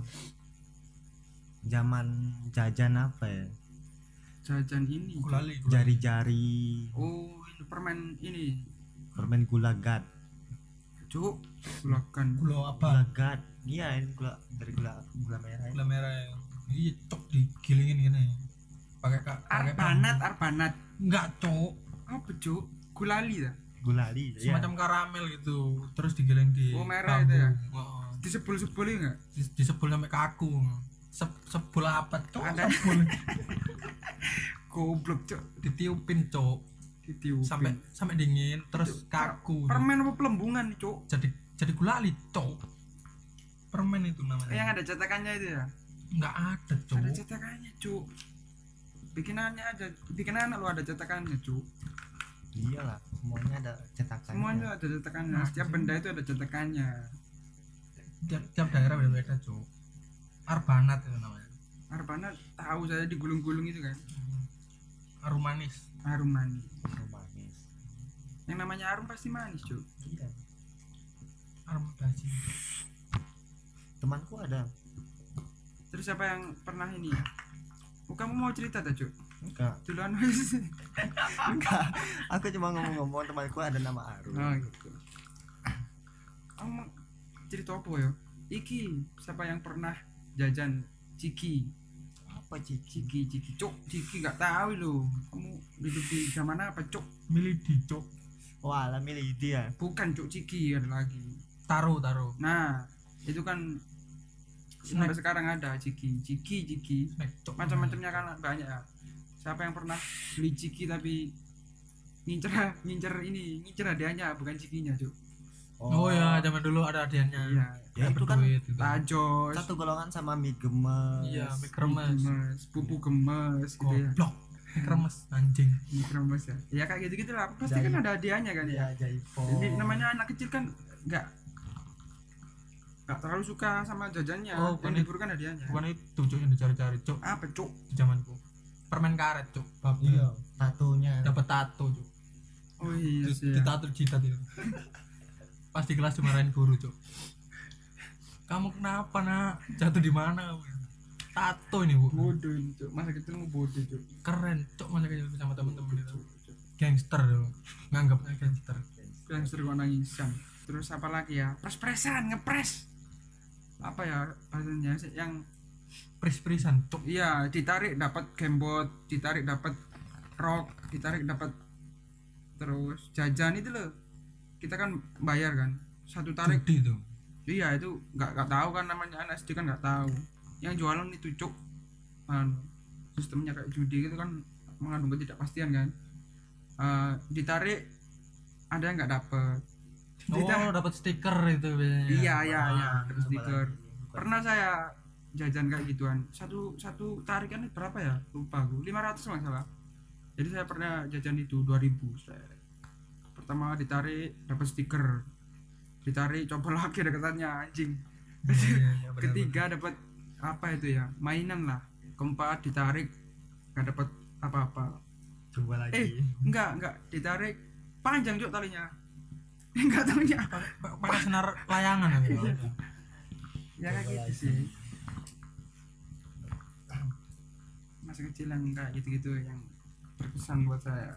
Zaman jajan apa ya? Jajan ini. Gulali. Jari-jari, Oh ini permen ini permen gulagat. cuk, gulakan. Gula apa? Gulagat. Iya, ini gula dari gula gula merah. Gula merah yang iya cok digilingin gini. Pakai kak. pakai Arbanat, bambu. arbanat. Enggak cok. Apa cuk? Gulali dah. Gulali. ya. Semacam karamel gitu. Terus digiling di. Oh, merah itu ya? Oh, Disebul-sebul enggak? Dis- disebul sampai kaku. Se sebul apa cok? Ada. Sebul. Goblok cuk, Ditiupin cok. ditiupin. Sampai sampai dingin terus Cuk, kaku. Permen apa pelembungan nih cuk? Jadi jadi gulali cok. Permen itu namanya. Yang ada cetakannya itu ya? Enggak ada cok. Ada cetakannya cuk. Bikinannya aja, bikinan lu ada cetakannya cuk. Iyalah, semuanya ada cetakannya. Semuanya ada cetakannya. Nah, Setiap benda itu ada cetakannya. Tiap, tiap daerah beda-beda cok. Arbanat itu namanya. Arbanat tahu saya digulung-gulung itu kan. Harum manis. Harum manis. Oh, manis. Yang namanya harum pasti manis cuk. Iya. Harum basi. Temanku ada. Terus siapa yang pernah ini? Oh, kamu mau cerita tak cuk? Enggak. Duluan wis. Enggak. Aku cuma ngomong-ngomong temanku ada nama Arum. Oh gitu. Kamu mau cerita apa ya? Iki siapa yang pernah jajan ciki? Apa Ciki? Ciki, ciki, cuk, ciki nggak tahu lo. Kamu hidup di zaman apa cuk? Milih di cok. Wah, lah milih dia. Bukan cuk, ciki ada lagi. Taruh taruh. Nah itu kan sampai sekarang ada ciki, ciki, ciki. Snack cok. Macam-macamnya kan banyak ya. Siapa yang pernah beli ciki tapi ngincer ngincer ini ngincer hadiahnya bukan cikinya cuk? Oh, ya zaman dulu ada hadiahnya. Iya. Ya, Dapet itu kan duit gitu. Tajos. satu golongan sama mie gemes. Iya, mie kremes. gemes, pupu gemes gitu ya. Goblok. Mie kremes anjing. Mie kremes ya. Ya kayak gitu-gitu lah. Pasti Jadi- kan ada hadiahnya kan ya. Iya, Jaipo. Jadi namanya anak kecil kan nggak nggak terlalu suka sama jajannya. Oh, yang bukan diburu kan hadiahnya. Bukan itu cok yang dicari-cari cok Apa cuk? di zamanku. Permen karet cok. Babi. Iya, tatunya. Dapat tato cok. Oh iya Di- sih. Ya. Ditato jidat itu. Pas di kelas dimarahin guru cok. Kamu kenapa nak? Jatuh di mana kamu? Tato ini bu. Bodoh ini cuk. Masa kecil mau bodoh cuk. Keren cok masa kecil sama temen-temen itu. Gangster dulu. Nganggapnya gangster. Yang seru nangisan. Terus apa lagi ya? Pres-presan, ngepres. Apa ya bahasanya sih yang Pris-prisan cok. iya ditarik dapat gamebot, ditarik dapat rok, ditarik dapat terus jajan itu loh. Kita kan bayar kan. Satu tarik. Judi tuh. Iya itu nggak nggak tahu kan namanya anak S D kan nggak tahu. Yang jualan itu cuk. Anu, sistemnya kayak judi gitu kan mengandung ketidakpastian kan. Eh, ditarik ada yang nggak dapet. Oh Ditarik- dapat stiker itu biasanya. iya iya Ah, iya dapat stiker. Apalagi. Pernah saya jajan kayak gituan. Satu satu tarikan berapa ya? Lupa gue. lima ratus nggak salah. Jadi saya pernah jajan itu dua ribu. Saya pertama ditarik dapat stiker. Ditarik coba lagi deketannya anjing. Iya, iya, iya, benar, Ketiga dapat apa itu ya? Mainan lah. Keempat ditarik nggak dapat apa-apa. Coba lagi. Eh, enggak, enggak ditarik panjang juga talinya. Enggak tahunya. benar. Pa- pakai senar layangan ya, gitu. Ya kayak Coba gitu lagi. sih. Masa kecil yang kayak gitu-gitu yang berkesan buat saya.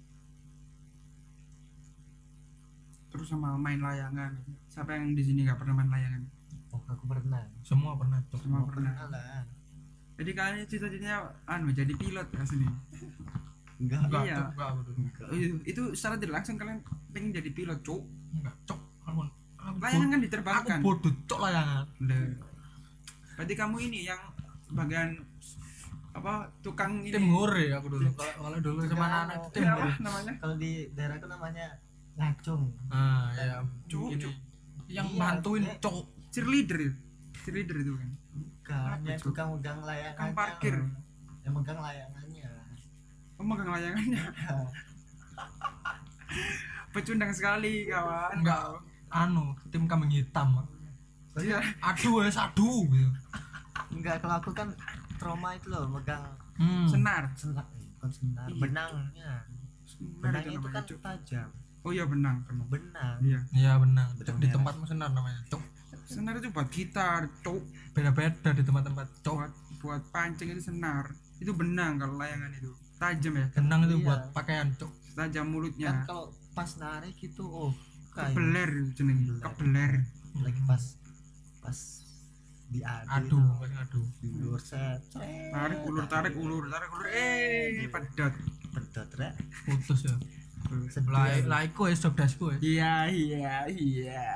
Terus sama main layangan. Siapa yang di sini nggak pernah main layangan? Oh, aku pernah. Semua pernah cok. Semua Oh, pernah. lah. Jadi kalian cita-citanya anu jadi pilot ya sini. Enggak. Enggak Iya. cok, enggak aku dulu. Itu, itu secara tidak langsung kalian pengen jadi pilot, cuk. Enggak cok. Aku, aku, Layangan kan aku diterbangkan. bodoh cok layangan. Lah. Berarti kamu ini yang bagian apa tukang ini Tim hore aku dulu. Kalau kalau dulu sama Tukang anak itu anu. tim apa hore. namanya? Kalau di daerahku namanya ngacung. Ah ya Cuk, ini cuk. yang Iya, bantuin iya. cok. Cheerleader itu. Cheerleader itu kan. bukan Apa, yang Cuk? megang-megang layangannya Tukang parkir. loh. Yang megang layangannya. Oh, megang layangannya. Pecundang sekali kawan. Enggak, anu tim kambing hitam. Iya. Aduh wes aduh gitu. Enggak, kalau aku kan trauma itu loh megang Hmm. Senar. senar, bukan senar, Iya. benangnya. Senar Benangnya itu namanya, kan Cuk. tajam. Oh iya benang, benang. Benang. Iya. Iya benar. Benang Di merah. tempatmu senar namanya. Cuk. Senar itu buat gitar, cuk. Beda-beda di tempat-tempat. Cuk. Buat buat pancing itu senar. Itu benang kalau layangan itu. Tajam ya. Benang itu Iya. buat pakaian, Cuk. Tajam Kan mulutnya. kalau pas narik itu oh kayak Kebeler jenenge. Kebeler. Kebeler. lagi pas pas diadu Aduh, itu, pas aduh. diulur set set, Tarik ulur, tarik ulur, tarik ulur. Eh, pedot. pedot rek Putus ya. sedih Lai aku. laiku ya job deskku ya. Iya, iya, iya.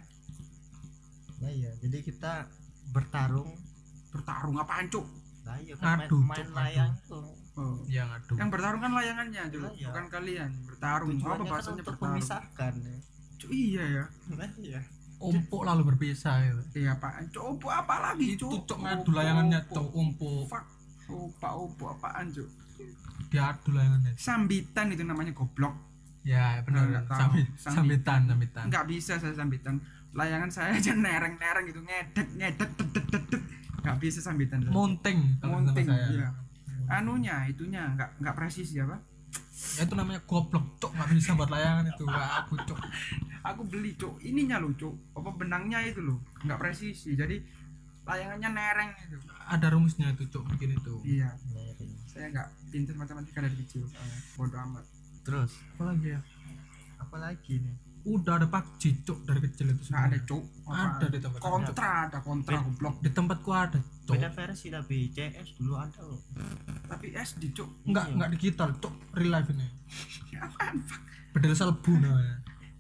Nah iya jadi kita bertarung. Bertarung apaan, cuk? Nah iya kan main, Ngadu, main Cuk, layang tuh Oh. Iya ngadu. Yang bertarung kan layangannya, Cuk. Nah, iya. Bukan kalian. Bertarung. Apa tujuannya kan bahasanya untuk bertarung? memisahkan ya. Cuk, iya ya. Nah iya Umpuk lalu berpisah gitu. Iya, apaan? Cuk, opo apa lagi, Itu cuk? Cuk ngadu layangannya Opo. Cuk umpuk. Fuck. Opa, opo apaan, cuk? Diadu layangannya. Sambitan itu namanya goblok. Ya benar. Nggak tahu. Sambi, Sambitan. sambitan, sambitan. Enggak bisa saya sambitan. Layangan saya aja nereng-nereng gitu, ngedek, ngedek, tet, tet, tet, tet. Nggak bisa sambitan. saya. Monting kalau Monting, sama saya. iya. Anunya, itunya nggak nggak presisi apa? Ya itu namanya goblok, Cuk. Enggak bisa buat layangan itu. Enggak aku, Cuk. Aku beli, cuk. Ininya loh, cuk. Apa benangnya itu loh, nggak presisi. Jadi layangannya nereng itu. Ada rumusnya itu, Cuk, bikin itu. Iya, Miring. saya nggak pintar matematika dari kecil. soalnya. Bodoh amat. terus Apa lagi ya? apalagi nih Udah ada P U B G, Cuk, dari kecil itu Nggak ada, sebenarnya. cuk. Ada di tempat Kontra, ada kontra goblok. Di tempatku ada, Cuk. beda versi tapi C S dulu ada loh. Tapi S D, cuk. Enggak, Iya. enggak digital, Cuk. Real life ini. Apaan? Fuck. Bedel selbu namanya.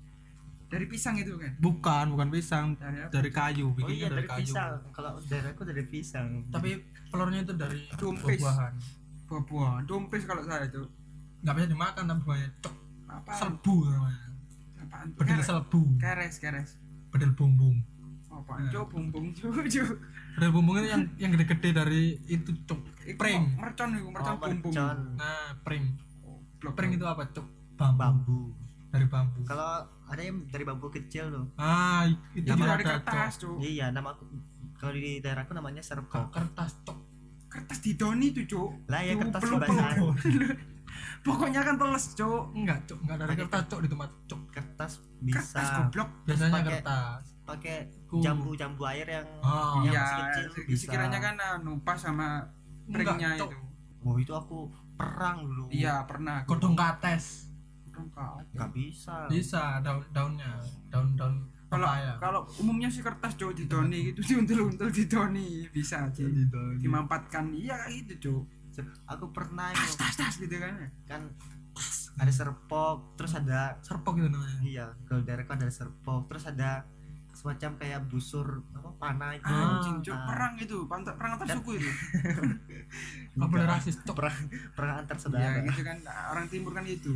Dari pisang itu kan? Bukan, bukan pisang, Dari apa? dari kayu, Oh bikinnya iya dari, dari kayu. pisang. Kalau dari aku dari pisang. Tapi telurnya itu dari Dompes. buah-buahan. Buah-buahan. Dompes kalau saya itu. Enggak bisa dimakan tapi buahnya, Cuk. Apa? Selbu namanya. Apaan? tuh? Bedel Keres. selbu. Keres, keres. Bedel bumbung. Apaan? Nah. Cuk, bumbung, cuk, cuk. Bedel bumbung itu yang yang gede-gede dari itu, Cuk. Iku Pring. mercon itu, mercon Oh, bumbung. mercon. Nah, pring. Blok. Pring itu apa, Cuk? Bambu. Bambu. Dari bambu. Kalau ada yang dari bambu kecil loh. Ah, itu Itu juga dari ada, kertas, Cuk. cuk. Iya, nama aku kalau di daerahku namanya serpok. Kertas, Cuk. Kertas didoni tuh, cuk. Lah ya Cuk, kertas peluk, basah. peluk. Pokoknya kan teles, cuk. Enggak, Cuk. Enggak dari Pakai kertas, Cuk, di tempat, Cuk. Kertas bisa Kertas goblok. Biasanya pakai- kertas. pakai Ku. jambu-jambu air yang Oh, yang Iya, masih kecil tuh bisa. sekiranya kan anu pas sama Enggak, pringnya Cuk. itu. Oh, itu aku perang dulu. Iya, pernah. Godong kates. Godong. Nggak bisa. Bisa daun-daunnya, daun-daun Kalau pepaya. kalau umumnya sih kertas, cuk, didoni gitu, diuntel-untel didoni bisa aja. Dimampatkan. Iya kayak gitu, cuk. Aku pernah Tas, itu tas, tas gitu kan. kan ada serpok, terus ada Serpok itu namanya. iya, kalau daerahku ada serpok, terus ada semacam kayak busur apa panah itu. Ah, Anjing, cuk, Nah, perang itu, pantat perang antar Dan- suku itu. Enggak boleh enggak. rasis, Cuk. perang perang antar Ya saudara. gitu kan, orang timur kan gitu.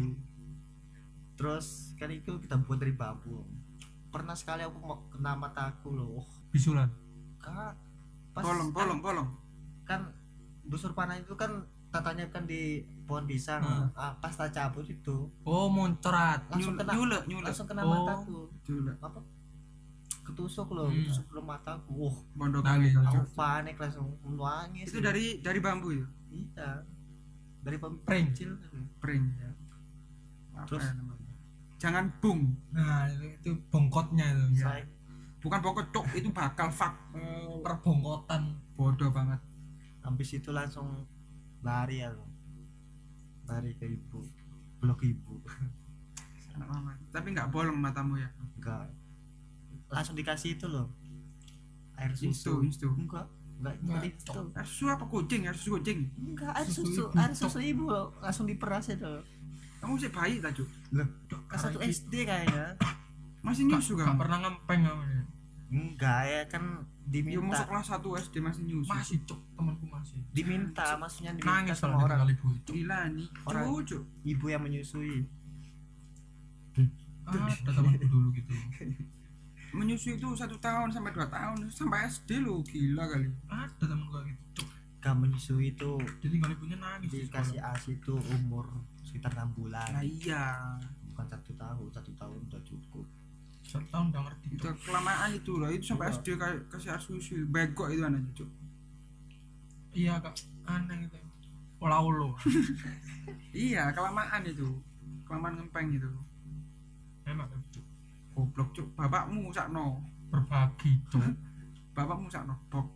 Terus kan itu kita buat dari bambu. Pernah sekali aku mau kena mataku loh. Oh, Bisulan. kan pas Bolong, bolong, bolong. kan busur panah itu kan tatanya kan di pohon pisang. Hmm. Ah, pas tak cabut itu Oh, moncrat. langsung kena Nyule, nyule. langsung kena Oh. mataku. Nyule. Apa? Ketusuk loh, Hmm. ketusuk ke mataku. Wah, Bodoh Nangis, kali. nangis. aku panik langsung nangis. Itu dari dari bambu ya, iya. Dari bambu Pring. kecil. pring ya. Apa Terus? ya namanya? Jangan bung, Nah, itu, itu bongkotnya itu. Iya. Saya bukan pokok, cuk, itu bakal fuck. Perbongkotan. Bodoh banget. habis itu langsung lari ya. Lari ke ibu. Blok ibu. Anak mama. Tapi nggak bolong matamu ya. Enggak. Langsung dikasih itu loh. Air Instu, susu. instu. Enggak. Enggak, Enggak, jadi itu. Air susu apa kucing? Air susu kucing. Enggak, air Susu susu, ibu, air susu ibu loh. Langsung diperas itu. Kamu sih bayi tak, cuk? Loh, kelas satu S D kayaknya. Masih nyusu Gak kan? pernah ngempeng namanya. Enggak ya kan Ya diminta. masuk kelas satu S D masih nyusu. Masih, Cuk, temanku masih. Diminta, maksudnya diminta Nangis sama kalau orang. kali ibu, Cuk. Gila nih. Orang- Cuk, cuk. Ibu yang menyusui. Ah, ada temanku dulu gitu. menyusui itu satu tahun sampai dua tahun sampai S D lo, gila kali. Ada temen gua gitu cuk, Gak menyusui itu jadi nggak punya nangis di dikasih sekolah. asi itu umur sekitar enam bulan, Nah iya, bukan satu tahun. Satu tahun udah cukup. Satu tahun udah ngerti itu cuk. kelamaan itu lah, itu sampai Iya. S D kayak kasih susu, bego itu anaknya cuk. Iya kak, aneh gitu. Olah-olo. Iya, kelamaan itu, kelamaan ngempeng itu. Enak kan cuk. Goblok cuk, bapakmu sakno, Berbagi cuk. bapakmu sakno bok.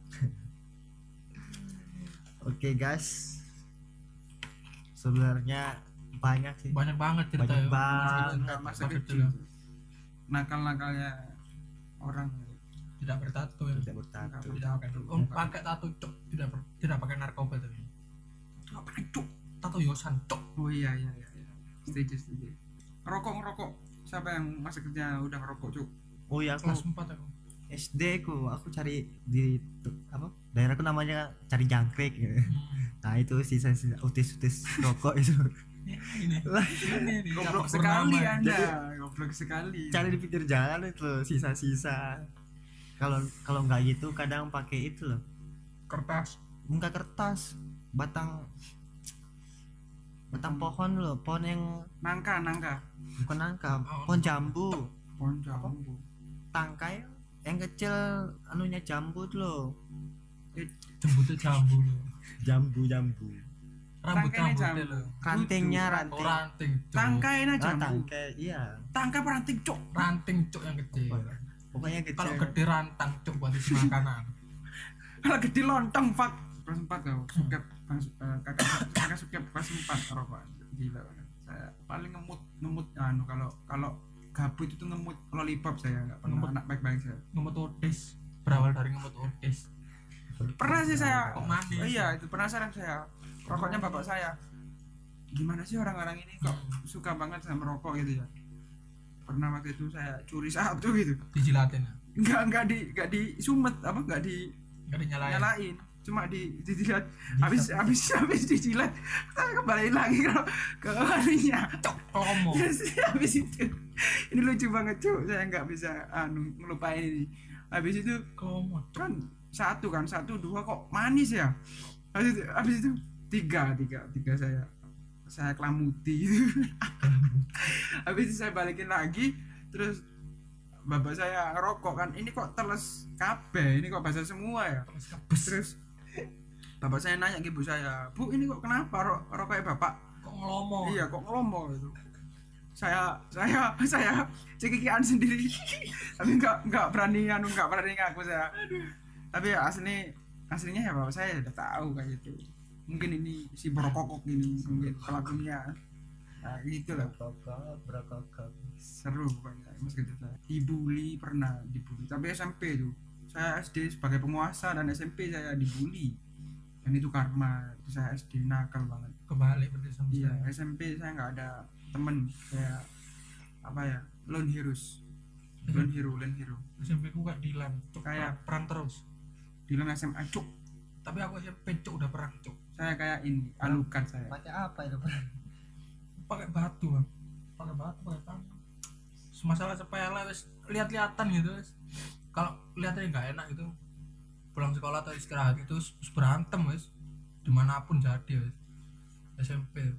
Oke guys, sebenarnya banyak sih. Banyak banget cerita Banyak ya. banget. Enggak masa Masa kecil. kecil. Nakal-nakalnya orang. Tidak bertato ya. Tidak bertato. Tidak pakai oh, pakai tato cuk. Tidak ber- tidak pakai narkoba tapi. Ngapain cuk? Tato yosan cuk. Oh iya iya iya. iya. Setuju setuju. Rokok ngerokok. Siapa yang masa kerja udah ngerokok cuk? Oh ya, aku Kelas empat aku. S D ku aku cari di tu- apa daerahku namanya cari jangkrik gitu. Hmm. Nah itu sisa-sisa utis-utis rokok itu Ini. Ini nih. Goblok Apa sekali purnama. Anda. Goblok sekali. cari di pinggir jalan itu loh, sisa-sisa. Kalau kalau nggak gitu kadang pakai itu loh, Kertas. muka kertas, batang batang pohon loh, pohon yang Nangka nangka. bukan nangka, pohon jambu, Pohon jambu. tangkai yang kecil anunya jambu tuh loh, Jembutnya jambu loh. jambu jambu, Rambut Tangkainya rambutnya jambu. loh. rantingnya Kudu. Oh, ranting, ranting cuk. Tangkainya ah, jambu. tangkai, iya, Tangkai ranting cuk. Ranting cuk yang kecil. pokoknya kecil. Kalau gede rantang cuk buat isi makanan. Kalau gede lontong fuck. Kelas empat kau. Sukep bang eh, kakak kakak sukep kelas empat rokok. Gila banget. Saya paling ngemut ngemut anu kalau kalau gabut itu ngemut lollipop, saya nggak pernah Ngemut. anak baik-baik saya. Ngemut otis. Berawal dari ngemut otis. Pernah sih saya. Kok manis? Oh, iya, itu penasaran saya. Rokoknya bapak saya. Gimana sih orang-orang ini kok suka banget sama rokok gitu ya? Pernah waktu itu saya curi satu gitu. Dijilatin ya. Enggak enggak di enggak di sumet apa enggak di Enggak dinyalain. nyalain, cuma di dijilat. Habis habis habis dijilat saya kembaliin lagi ke ke harinya. Cok. Komo. Terus habis itu ini lucu banget cuy, saya nggak bisa anu ngelupain ini. Habis itu Komo. kan satu kan satu dua kok manis ya. Habis itu, habis itu tiga tiga tiga saya saya kelamuti gitu. Habis itu saya balikin lagi, terus bapak saya ngerokok kan, ini kok teles kabeh, ini kok basah semua ya. Terus bapak saya nanya ke ibu saya, bu ini kok kenapa ro rokoknya bapak? Kok ngelomo? Iya kok ngelomo gitu. Saya saya saya cekikian sendiri, tapi nggak nggak berani anu nggak berani ngaku saya. Tapi ya asli aslinya ya bapak saya udah tahu kayak gitu. Mungkin ini si borokokok ini mungkin pelakunya. Nah gitu lah. Berkokok, berkokok. Seru pokoknya mas gitu saya. Dibully pernah dibully. Tapi S M P tuh. Saya S D sebagai penguasa dan S M P saya dibully. Dan itu karma. Itu saya S D nakal banget. Kebalik berarti sama Iya, saya. S M P saya nggak ada temen kayak apa ya, lone heroes, lone hero, lone hero. S M P ku kayak Dilan, cuk, Kayak- perang terus. Di dalam S M A cuk, Tapi aku S M P cuk udah perang cuk. saya kayak ini alukan saya. Pakai apa itu? Pakai batu bang, pakai batu pakai tangan. Masalah sepele wes lihat-lihatan gitu wes. Kalau lihatnya nggak enak gitu, pulang sekolah atau istirahat itu wes berantem wes, dimanapun jadi wes. S M P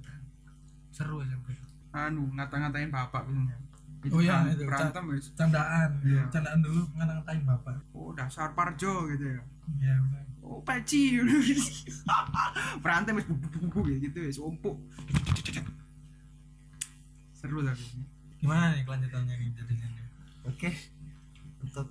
seru S M P. Anu ngata-ngatain bapak biasanya. Itu Oh iya, kan itu, berantem wes. Candaan, Iya. candaan dulu ngata-ngatain bapak. Oh dasar Parjo gitu ya. Iya benar. Oh peci. Berantem wes bubu-bubu gitu wes ompuk. Seru tapi. Gimana nih kelanjutannya nih jadinya nih? Oke, untuk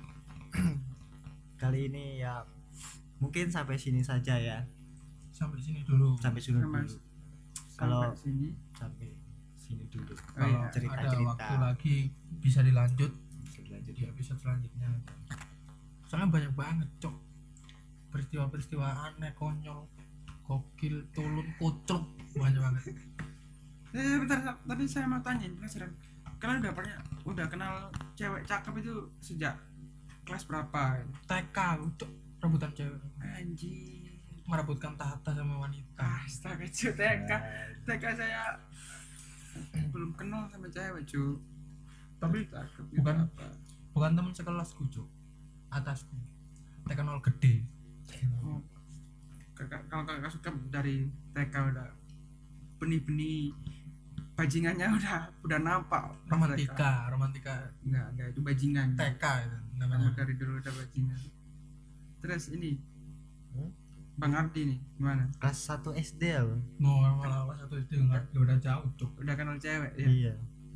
kali ini ya mungkin sampai sini saja ya, Sampai sini dulu. sampai sini Sama- dulu. Kalau Sampai sini. sampai sini dulu. Oh, Kalau iya. ada cerita-cerita. waktu lagi bisa dilanjut Bisa dilanjut. di episode selanjutnya. Soalnya banyak banget cok peristiwa-peristiwa aneh, konyol, gokil, tulun, kucuk, banyak banget. Eh bentar, tapi saya mau tanya penasaran. Kalian udah pernah udah kenal cewek cakep itu sejak kelas berapa? T K cok, rebutan cewek, Anjing. merebutkan tahta sama wanita. Astaga cuy, T K T K saya belum kenal sama cewek cuy. Tapi Cakep itu bukan- apa? bukan teman sekelasku cuk, atasku T K nol gede. Oh. Kakak- kalau kakak suka dari T K udah benih-benih bajingannya udah udah nampak. Romantika, romantika Enggak, enggak itu bajingan. T K itu Kamu namanya. dari dulu udah bajingan. Terus ini Hmm? Bang Ardi nih gimana? Kelas satu S D aku. Mau malah kelas satu itu enggak udah jauh cuk. Udah kenal cewek ya? Iya.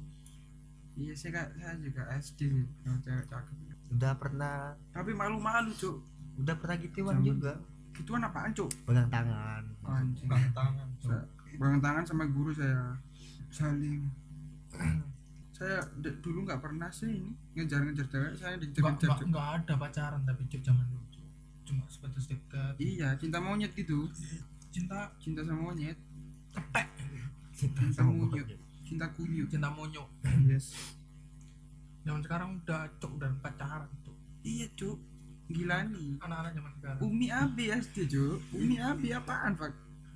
Iya sih kak, saya juga S D sih kenal cewek cakep. Udah pernah Tapi malu-malu cuk. udah pernah gituan Zaman- juga. Gituan apaan cuk? Pegang tangan. Anjing. Pegang tangan cuk. Saya pegang tangan sama guru saya saling. Saya d- dulu nggak pernah sih ini ngejar-ngejar cewek, saya Enggak, dikejar-kejar enggak, cuk. enggak ada pacaran tapi cuk zaman dulu cuk. Cuma sebatas dekat. Iya, cinta monyet gitu. Cinta Cinta sama monyet, tepek, Cinta cinta sama monyet, monyet. cinta kunyuk. cinta monyok. Yes. Zaman sekarang udah cuk udah pacaran cuk. Iya cuk, gila nih. Anak-anak zaman sekarang. Umi Abi S D cuk. Umi Abi apaan pak?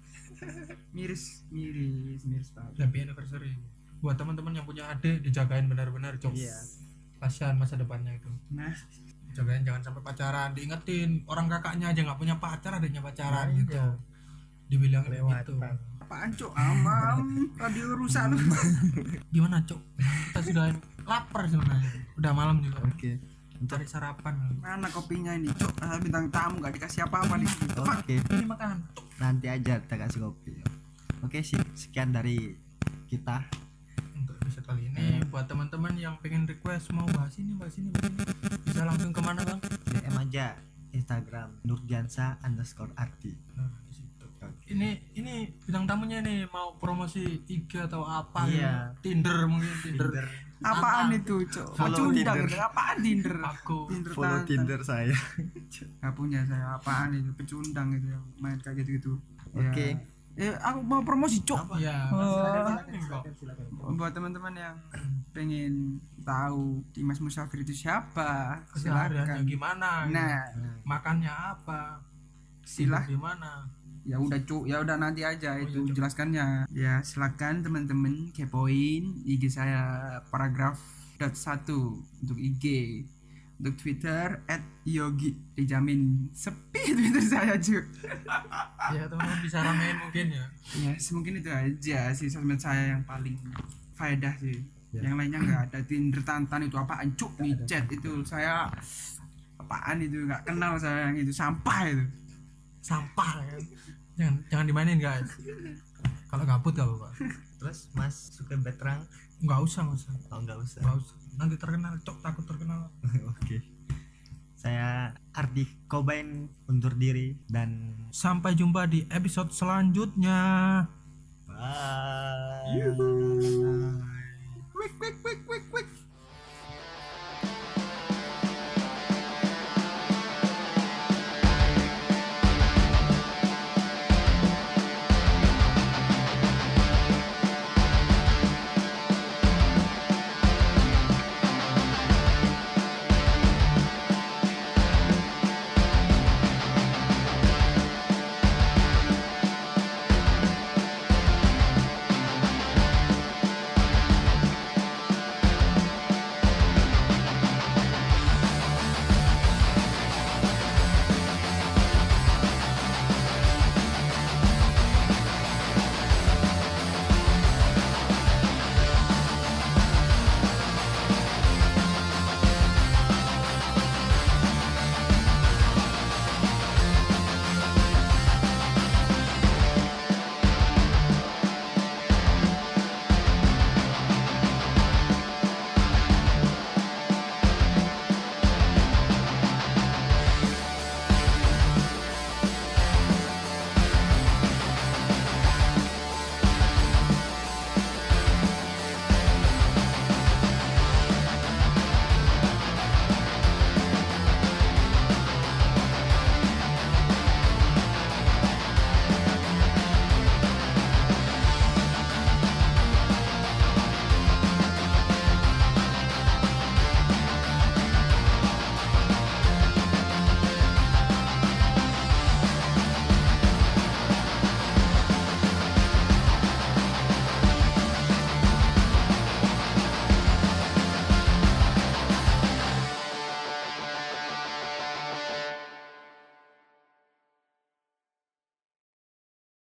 Miris, miris, miris pak. Happy anniversary buat teman-teman yang punya adik, dijagain benar-benar cuk. Iya. Kasihan masa depannya itu. Nah, Jagain jangan sampai pacaran, diingetin orang kakaknya aja nggak punya pacar, adiknya pacaran Nah, gitu. iya. Dibilang Kelewatan. gitu. apaan cuk? Amam, radio rusak lu. Gimana cuk? Kita sudah lapar sebenarnya. Udah malam juga. Oke. Cari sarapan. Mana kopinya ini cuk? Ah, bintang tamu gak dikasih apa-apa nih. Pak, Oke. Ini makanan. Cuk. Nanti aja kita kasih kopi. Oke sih, sekian dari kita. Untuk episode kali ini buat teman-teman yang pengen request mau bahas ini, bahas ini, bahas ini, bisa langsung kemana bang? D M aja Instagram Nurjansa underscore arti. Nah, di situ. Ini ini bintang tamunya nih mau promosi I G atau apa? Iya. ya? Tinder mungkin Tinder. Tinder. apaan Tantang. itu cuk? Follow Pacundang Tinder. gitu. Apaan Tinder? Aku. Tinder Follow tantang. Tinder saya. Gak punya saya apaan itu pecundang gitu yang main kayak gitu-gitu. Oke. Ya. Eh, aku mau promosi cuk. Ya. Oh. silakan, silakan. Buat teman-teman yang pengen tahu Dimas Musafir itu siapa, Kesehariannya silakan. gimana? gitu. Nah, Makannya apa? silah Tidur di mana? ya udah cuk, ya udah nanti aja Oh, itu iya, Cuk. jelaskannya. Ya silakan teman-teman kepoin I G saya paragraf dot satu untuk I G. Untuk Twitter at yogi dijamin sepi Twitter saya cuk. Ya teman-teman bisa ramein mungkin ya. Ya mungkin itu aja sih sosmed saya yang paling faedah sih. Ya. Yang lainnya nggak ada. Tinder Tantan itu apaan cuk, micet itu saya apaan itu nggak kenal saya yang itu, sampah itu. Sampah ya. Jangan jangan dimainin guys. Kalau gabut gak apa-apa. Terus Mas suka beterang? Nggak usah, nggak usah. Oh nggak usah. Nggak usah. Nanti terkenal, cok takut terkenal. Oke. Saya Ardi Kobain undur diri dan Sampai jumpa di episode selanjutnya. bye. Wik wik wik wik wik.